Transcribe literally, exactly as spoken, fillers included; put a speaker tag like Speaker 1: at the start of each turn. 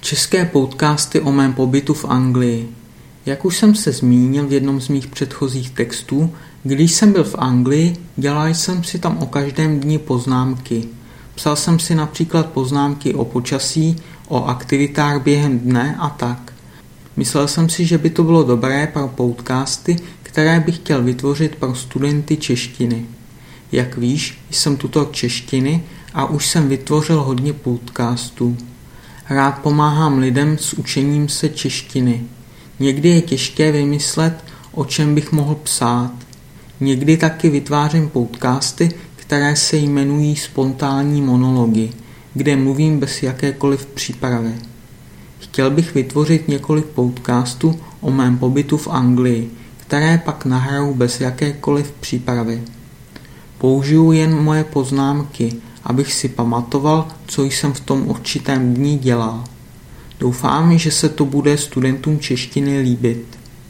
Speaker 1: České podcasty o mém pobytu v Anglii. Jak už jsem se zmínil v jednom z mých předchozích textů, když jsem byl v Anglii, dělal jsem si tam o každém dni poznámky. Psal jsem si například poznámky o počasí, o aktivitách během dne a tak. Myslel jsem si, že by to bylo dobré pro podcasty, které bych chtěl vytvořit pro studenty češtiny. Jak víš, jsem tutor češtiny a už jsem vytvořil hodně podcastů. Rád pomáhám lidem s učením se češtiny. Někdy je těžké vymyslet, o čem bych mohl psát. Někdy taky vytvářím podcasty, které se jmenují spontánní monology, kde mluvím bez jakékoliv přípravy. Chtěl bych vytvořit několik podcastů o mém pobytu v Anglii, které pak nahraju bez jakékoliv přípravy. Použiju jen moje poznámky, abych si pamatoval, co jsem v tom určitém dni dělal. Doufám, že se to bude studentům češtiny líbit.